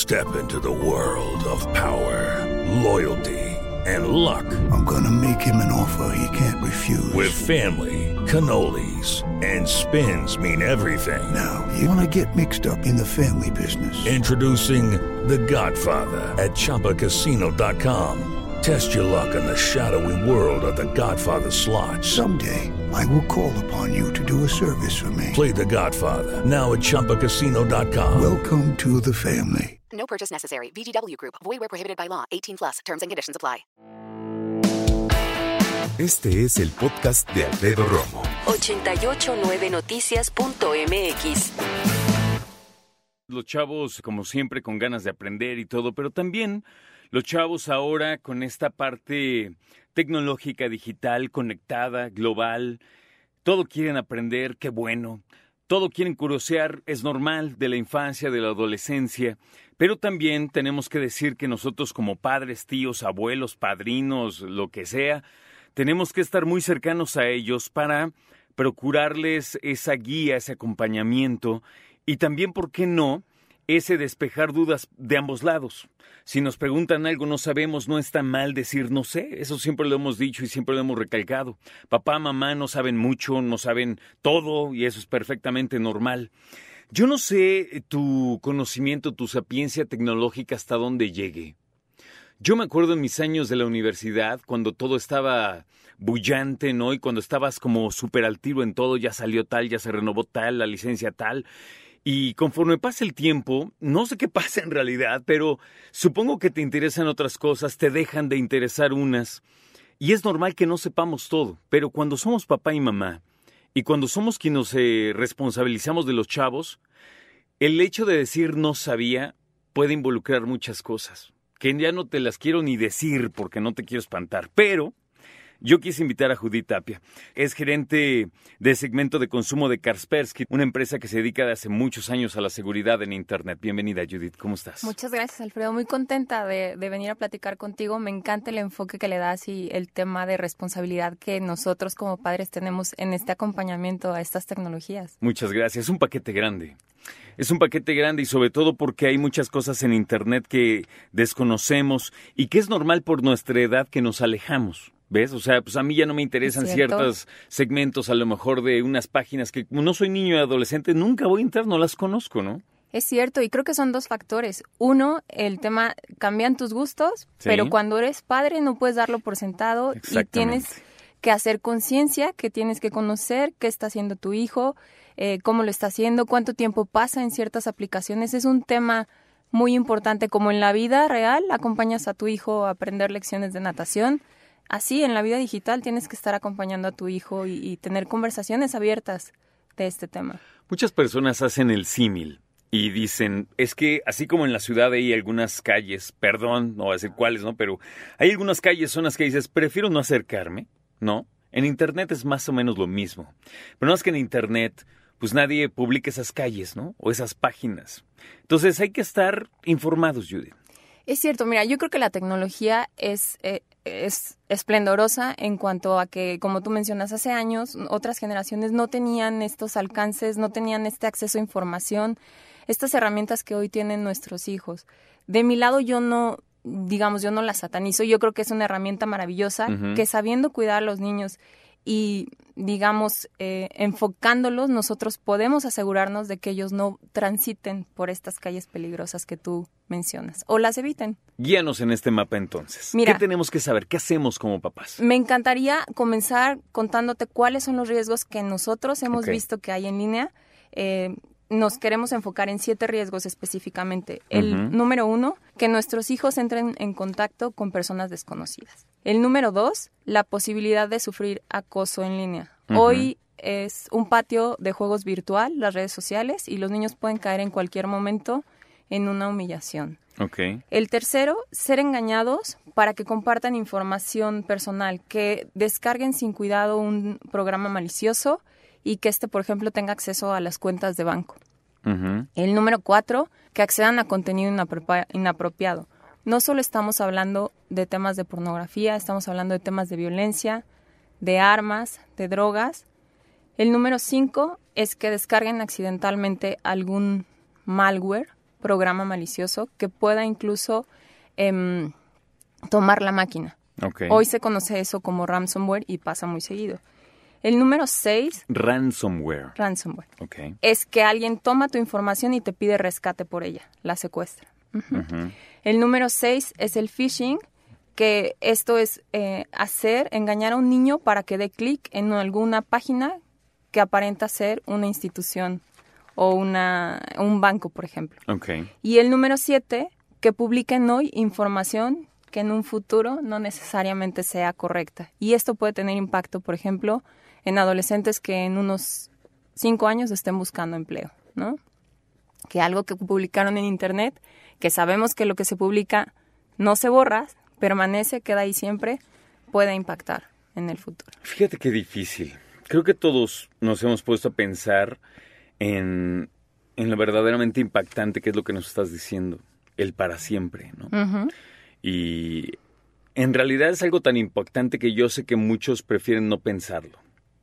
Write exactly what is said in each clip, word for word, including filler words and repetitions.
Step into the world of power, loyalty, and luck. I'm gonna make him an offer he can't refuse. With family, cannolis, and spins mean everything. Now, you wanna get mixed up in the family business. Introducing The Godfather at Chumba Casino dot com. Test your luck in the shadowy world of The Godfather slot. Someday, I will call upon you to do a service for me. Play The Godfather now at Chumba Casino dot com. Welcome to the family. No purchase necessary. V G W Group. Void where prohibited by law. eighteen plus. Terms and conditions apply. Este es el podcast de Alfredo Romo. ochenta y ocho nueve noticias punto m x. Los chavos, como siempre, con ganas de aprender y todo, pero también los chavos ahora con esta parte tecnológica, digital, conectada, global, todo quieren aprender, qué bueno. Todo quieren curiosear, es normal, de la infancia, de la adolescencia, pero también tenemos que decir que nosotros como padres, tíos, abuelos, padrinos, lo que sea, tenemos que estar muy cercanos a ellos para procurarles esa guía, ese acompañamiento y también, ¿por qué no?, ese despejar dudas de ambos lados. Si nos preguntan algo, no sabemos, no está mal decir no sé. Eso siempre lo hemos dicho y siempre lo hemos recalcado. Papá, mamá no saben mucho, no saben todo y eso es perfectamente normal. Yo no sé tu conocimiento, tu sapiencia tecnológica hasta dónde llegue. Yo me acuerdo en mis años de la universidad, cuando todo estaba bullante, ¿no? Y cuando estabas como súper al tiro en todo, ya salió tal, ya se renovó tal, la licencia tal. Y conforme pasa el tiempo, no sé qué pasa en realidad, pero supongo que te interesan otras cosas, te dejan de interesar unas. Y es normal que no sepamos todo, pero cuando somos papá y mamá, y cuando somos quienes nos eh, responsabilizamos de los chavos, el hecho de decir no sabía puede involucrar muchas cosas, que ya no te las quiero ni decir porque no te quiero espantar, pero yo quise invitar a Judith Tapia. Es gerente de segmento de consumo de Kaspersky, una empresa que se dedica de hace muchos años a la seguridad en Internet. Bienvenida, Judith. ¿Cómo estás? Muchas gracias, Alfredo. Muy contenta de, de venir a platicar contigo. Me encanta el enfoque que le das y el tema de responsabilidad que nosotros como padres tenemos en este acompañamiento a estas tecnologías. Muchas gracias. Es un paquete grande. Es un paquete grande y sobre todo porque hay muchas cosas en Internet que desconocemos y que es normal por nuestra edad que nos alejamos. ¿Ves? O sea, pues a mí ya no me interesan ciertos segmentos, a lo mejor de unas páginas que como no soy niño y adolescente, nunca voy a entrar, no las conozco, ¿no? Es cierto, y creo que son dos factores. Uno, el tema, cambian tus gustos, Sí. pero cuando eres padre no puedes darlo por sentado y tienes que hacer conciencia, que tienes que conocer qué está haciendo tu hijo, eh, cómo lo está haciendo, cuánto tiempo pasa en ciertas aplicaciones. Es un tema muy importante, como en la vida real, acompañas a tu hijo a aprender lecciones de natación. Así, en la vida digital tienes que estar acompañando a tu hijo y, y tener conversaciones abiertas de este tema. Muchas personas hacen el símil y dicen, es que así como en la ciudad hay algunas calles, perdón, no voy a decir cuáles, ¿no? Pero hay algunas calles, zonas que dices, prefiero no acercarme, ¿no? En Internet es más o menos lo mismo. Pero no es que en Internet, pues nadie publica esas calles, ¿no? O esas páginas. Entonces hay que estar informados, Judith. Es cierto, mira, yo creo que la tecnología es, eh, es esplendorosa en cuanto a que, como tú mencionas, hace años otras generaciones no tenían estos alcances, no tenían este acceso a información, estas herramientas que hoy tienen nuestros hijos. De mi lado yo no, digamos, yo no la satanizo, yo creo que es una herramienta maravillosa, uh-huh. que sabiendo cuidar a los niños y, digamos, eh, enfocándolos, nosotros podemos asegurarnos de que ellos no transiten por estas calles peligrosas que tú mencionas, o las eviten. Guíanos en este mapa entonces. Mira, ¿qué tenemos que saber? ¿Qué hacemos como papás? Me encantaría comenzar contándote cuáles son los riesgos que nosotros hemos okay. visto que hay en línea. Eh, nos queremos enfocar en siete riesgos específicamente. El uh-huh. número uno, que nuestros hijos entren en contacto con personas desconocidas. El número dos, la posibilidad de sufrir acoso en línea. Uh-huh. Hoy es un patio de juegos virtual, las redes sociales, y los niños pueden caer en cualquier momento en una humillación. Okay. El tercero, ser engañados para que compartan información personal, que descarguen sin cuidado un programa malicioso y que este, por ejemplo, tenga acceso a las cuentas de banco. Uh-huh. El número cuatro, que accedan a contenido inapropia- inapropiado. No solo estamos hablando de temas de pornografía, estamos hablando de temas de violencia, de armas, de drogas. El número cinco es que descarguen accidentalmente algún malware, programa malicioso que pueda incluso eh, tomar la máquina. Okay. Hoy se conoce eso como ransomware y pasa muy seguido. El número seis... Ransomware. Ransomware. Okay. Es que alguien toma tu información y te pide rescate por ella, la secuestra. Uh-huh. Uh-huh. El número seis es el phishing, que esto es eh, hacer, engañar a un niño para que dé clic en alguna página que aparenta ser una institución o una, un banco, por ejemplo. Okay. Y el número siete, que publiquen hoy información que en un futuro no necesariamente sea correcta. Y esto puede tener impacto, por ejemplo, en adolescentes que en unos cinco años estén buscando empleo, ¿no? Que algo que publicaron en internet, que sabemos que lo que se publica no se borra, permanece, queda ahí siempre, puede impactar en el futuro. Fíjate qué difícil. Creo que todos nos hemos puesto a pensar en, en lo verdaderamente impactante que es lo que nos estás diciendo, el para siempre, ¿no? Uh-huh. Y en realidad es algo tan impactante que yo sé que muchos prefieren no pensarlo.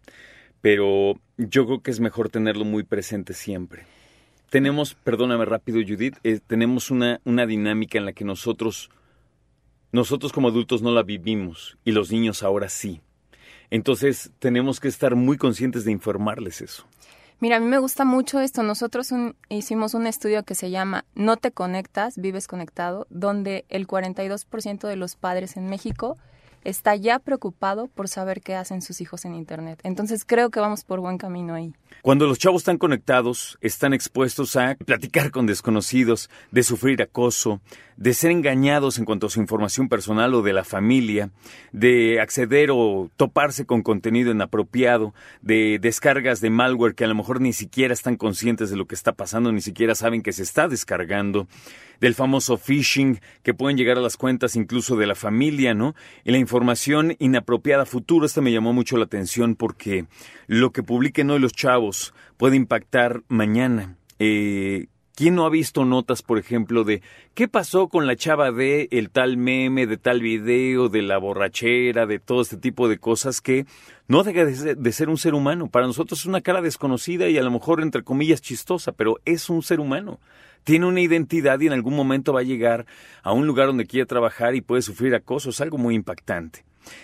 Pero yo creo que es mejor tenerlo muy presente siempre. Tenemos, perdóname rápido, Judith, eh, tenemos una, una dinámica en la que nosotros, nosotros como adultos no la vivimos y los niños ahora sí. Entonces tenemos que estar muy conscientes de informarles eso. Mira, a mí me gusta mucho esto. Nosotros un, hicimos un estudio que se llama No te conectas, vives conectado, donde el cuarenta y dos por ciento de los padres en México está ya preocupado por saber qué hacen sus hijos en Internet. Entonces creo que vamos por buen camino ahí. Cuando los chavos están conectados, están expuestos a platicar con desconocidos, de sufrir acoso, de ser engañados en cuanto a su información personal o de la familia, de acceder o toparse con contenido inapropiado, de descargas de malware que a lo mejor ni siquiera están conscientes de lo que está pasando, ni siquiera saben que se está descargando, del famoso phishing, que pueden llegar a las cuentas incluso de la familia, ¿no? Y la información inapropiada a futuro. Esta me llamó mucho la atención porque lo que publiquen hoy los chavos puede impactar mañana. Eh, ¿Quién no ha visto notas, por ejemplo, de qué pasó con la chava de el tal meme, de tal video, de la borrachera, de todo este tipo de cosas que no deja de ser, de ser un ser humano? Para nosotros es una cara desconocida y a lo mejor, entre comillas, chistosa, pero es un ser humano. Tiene una identidad y en algún momento va a llegar a un lugar donde quiere trabajar y puede sufrir acoso. Es algo muy impactante.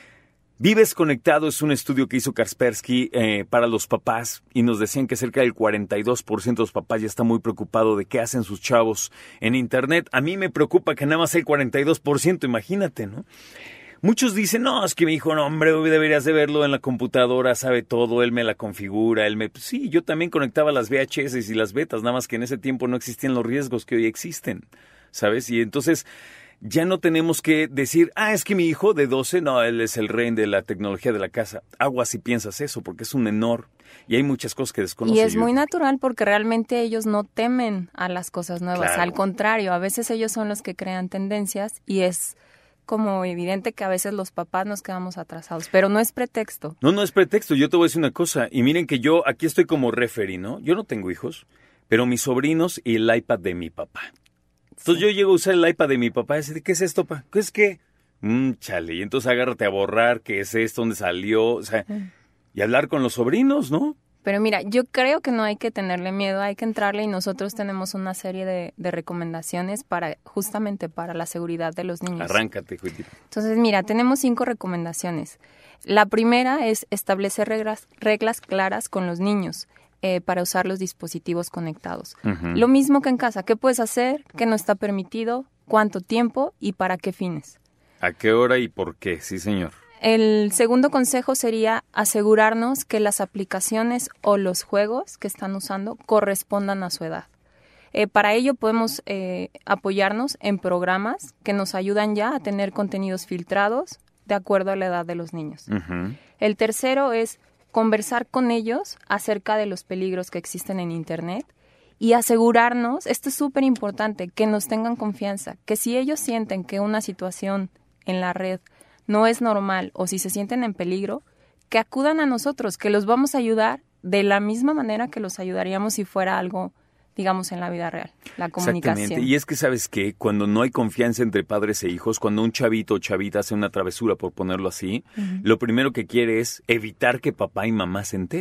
Vives Conectado es un estudio que hizo Kaspersky eh, para los papás y nos decían que cerca del cuarenta y dos por ciento de los papás ya está muy preocupado de qué hacen sus chavos en Internet. A mí me preocupa que nada más el cuarenta y dos por ciento, imagínate, ¿no? Muchos dicen, no, es que mi hijo, no, hombre, deberías de verlo en la computadora, sabe todo, él me la configura, él me... Pues sí, yo también conectaba las V H S y las betas, nada más que en ese tiempo no existían los riesgos que hoy existen, ¿sabes? Y entonces ya no tenemos que decir, ah, es que mi hijo de doce, no, él es el rey de la tecnología de la casa. Aguas si piensas eso, porque es un menor y hay muchas cosas que desconoce. Y es yo. muy natural porque realmente ellos no temen a las cosas nuevas, Claro. Al contrario, a veces ellos son los que crean tendencias y es como evidente que a veces los papás nos quedamos atrasados, pero no es pretexto. No, no es pretexto. Yo te voy a decir una cosa. Y miren que yo aquí estoy como referee, ¿no? Yo no tengo hijos, pero mis sobrinos y el iPad de mi papá. Entonces Sí. yo llego a usar el iPad de mi papá y dice, ¿qué es esto, pa? ¿Qué es qué? Mmm, chale. Y entonces agárrate a borrar qué es esto, dónde salió, o sea, Mm. y hablar con los sobrinos, ¿no? Pero mira, yo creo que no hay que tenerle miedo, hay que entrarle y nosotros tenemos una serie de, de recomendaciones para justamente para la seguridad de los niños. Arráncate, Juitito. Entonces, mira, tenemos cinco recomendaciones. La primera es establecer reglas, reglas claras con los niños eh, para usar los dispositivos conectados. Uh-huh. Lo mismo que en casa, ¿qué puedes hacer? ¿Qué no está permitido? ¿Cuánto tiempo? ¿Y para qué fines? ¿A qué hora y por qué? Sí, señor. El segundo consejo sería asegurarnos que las aplicaciones o los juegos que están usando correspondan a su edad. Eh, para ello podemos eh, apoyarnos en programas que nos ayudan ya a tener contenidos filtrados de acuerdo a la edad de los niños. Uh-huh. El tercero es conversar con ellos acerca de los peligros que existen en Internet y asegurarnos, esto es súper importante, que nos tengan confianza, que si ellos sienten que una situación en la red no es normal o si se sienten en peligro, que acudan a nosotros, que los vamos a ayudar de la misma manera que los ayudaríamos si fuera algo, digamos, en la vida real, la comunicación. Exactamente. Y es que, ¿sabes qué? Cuando no hay confianza entre padres e hijos, cuando un chavito o chavita hace una travesura, por ponerlo así, uh-huh. lo primero que quiere es evitar que papá y mamá se enteren.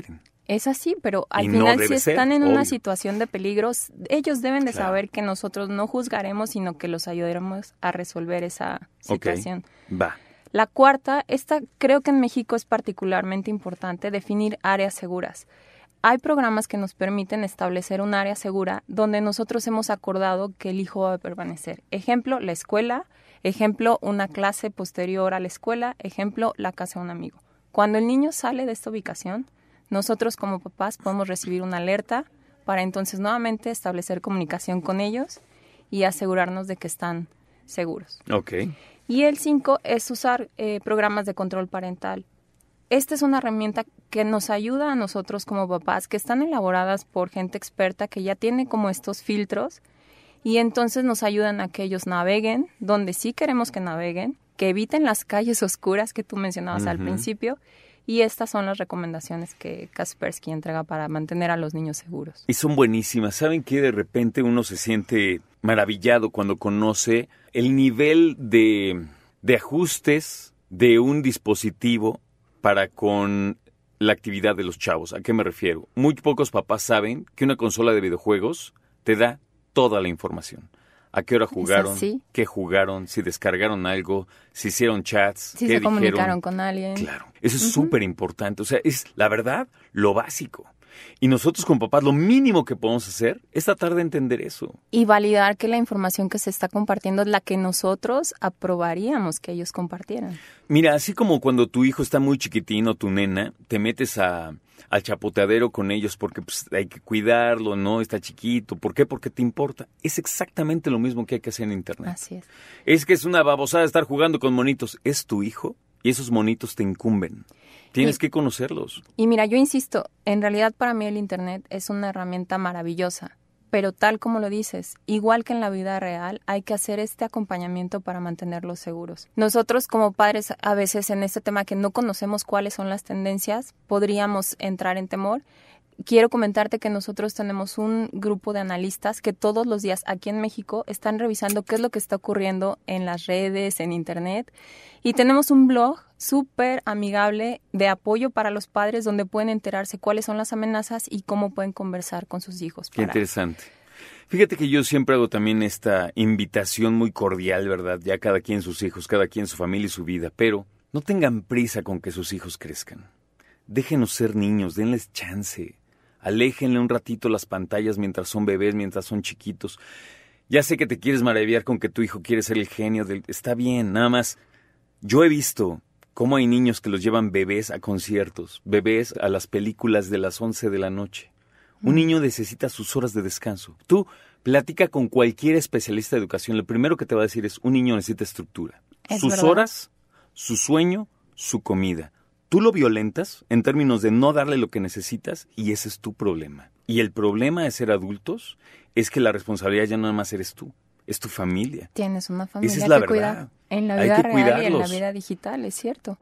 Es así, pero al Y no final debe si ser, están en obvio. una situación de peligro, ellos deben de Claro. saber que nosotros no juzgaremos, sino que los ayudaremos a resolver esa Ok, situación. va. La cuarta, esta creo que en México es particularmente importante, definir áreas seguras. Hay programas que nos permiten establecer un área segura donde nosotros hemos acordado que el hijo va a permanecer. Ejemplo, la escuela. Ejemplo, una clase posterior a la escuela. Ejemplo, la casa de un amigo. Cuando el niño sale de esta ubicación, nosotros como papás podemos recibir una alerta para entonces nuevamente establecer comunicación con ellos y asegurarnos de que están seguros. Ok. Y el cinco es usar eh, programas de control parental. Esta es una herramienta que nos ayuda a nosotros como papás, que están elaboradas por gente experta que ya tiene como estos filtros y entonces nos ayudan a que ellos naveguen donde sí queremos que naveguen, que eviten las calles oscuras que tú mencionabas al Ujú. principio, y estas son las recomendaciones que Kaspersky entrega para mantener a los niños seguros. Y son buenísimas. ¿Saben qué? De repente uno se siente maravillado cuando conoce el nivel de, de ajustes de un dispositivo para con la actividad de los chavos. ¿A qué me refiero? Muy pocos papás saben que una consola de videojuegos te da toda la información. ¿A qué hora jugaron? así. ¿Qué jugaron? ¿Si descargaron algo? ¿Si hicieron chats? Si ¿Qué se dijeron? comunicaron con alguien. Claro, eso es súper importante. O sea, es la verdad lo básico. Y nosotros como papás lo mínimo que podemos hacer es tratar de entender eso. Y validar que la información que se está compartiendo es la que nosotros aprobaríamos que ellos compartieran. Mira, así como cuando tu hijo está muy chiquitín o tu nena, te metes a, al chapoteadero con ellos porque pues, hay que cuidarlo, ¿no? Está chiquito. ¿Por qué? Porque te importa. Es exactamente lo mismo que hay que hacer en Internet. Así es. Es que es una babosada estar jugando con monitos. Es tu hijo y esos monitos te incumben. Tienes Y- que conocerlos. Y mira, yo insisto, en realidad para mí el Internet es una herramienta maravillosa, pero tal como lo dices, igual que en la vida real, hay que hacer este acompañamiento para mantenerlos seguros. Nosotros como padres, a veces en este tema que no conocemos cuáles son las tendencias, podríamos entrar en temor. Quiero comentarte que nosotros tenemos un grupo de analistas que todos los días aquí en México están revisando qué es lo que está ocurriendo en las redes, en Internet. Y tenemos un blog súper amigable de apoyo para los padres donde pueden enterarse cuáles son las amenazas y cómo pueden conversar con sus hijos. Qué para- interesante. Fíjate que yo siempre hago también esta invitación muy cordial, ¿verdad? Ya cada quien sus hijos, cada quien su familia y su vida, pero no tengan prisa con que sus hijos crezcan. Déjenos ser niños, denles chance. Aléjenle un ratito las pantallas mientras son bebés, mientras son chiquitos. Ya sé que te quieres maravillar con que tu hijo quiere ser el genio del... Está bien, nada más. Yo he visto cómo hay niños que los llevan bebés a conciertos, bebés a las películas de las once de la noche. Un niño necesita sus horas de descanso. Tú platica con cualquier especialista de educación. Lo primero que te va a decir es, un niño necesita estructura. Es Sus verdad. horas, su sueño, su comida. Tú lo violentas en términos de no darle lo que necesitas y ese es tu problema. Y el problema de ser adultos es que la responsabilidad ya no nada más eres tú, es tu familia. Tienes una familia Esa es la que cuidar verdad. en la Hay vida que real y en la cuidarlos. vida digital, es cierto.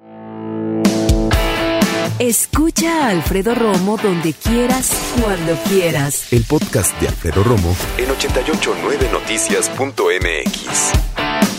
Escucha a Alfredo Romo donde quieras, cuando quieras. El podcast de Alfredo Romo en ochenta y ocho punto nueve noticias punto m x.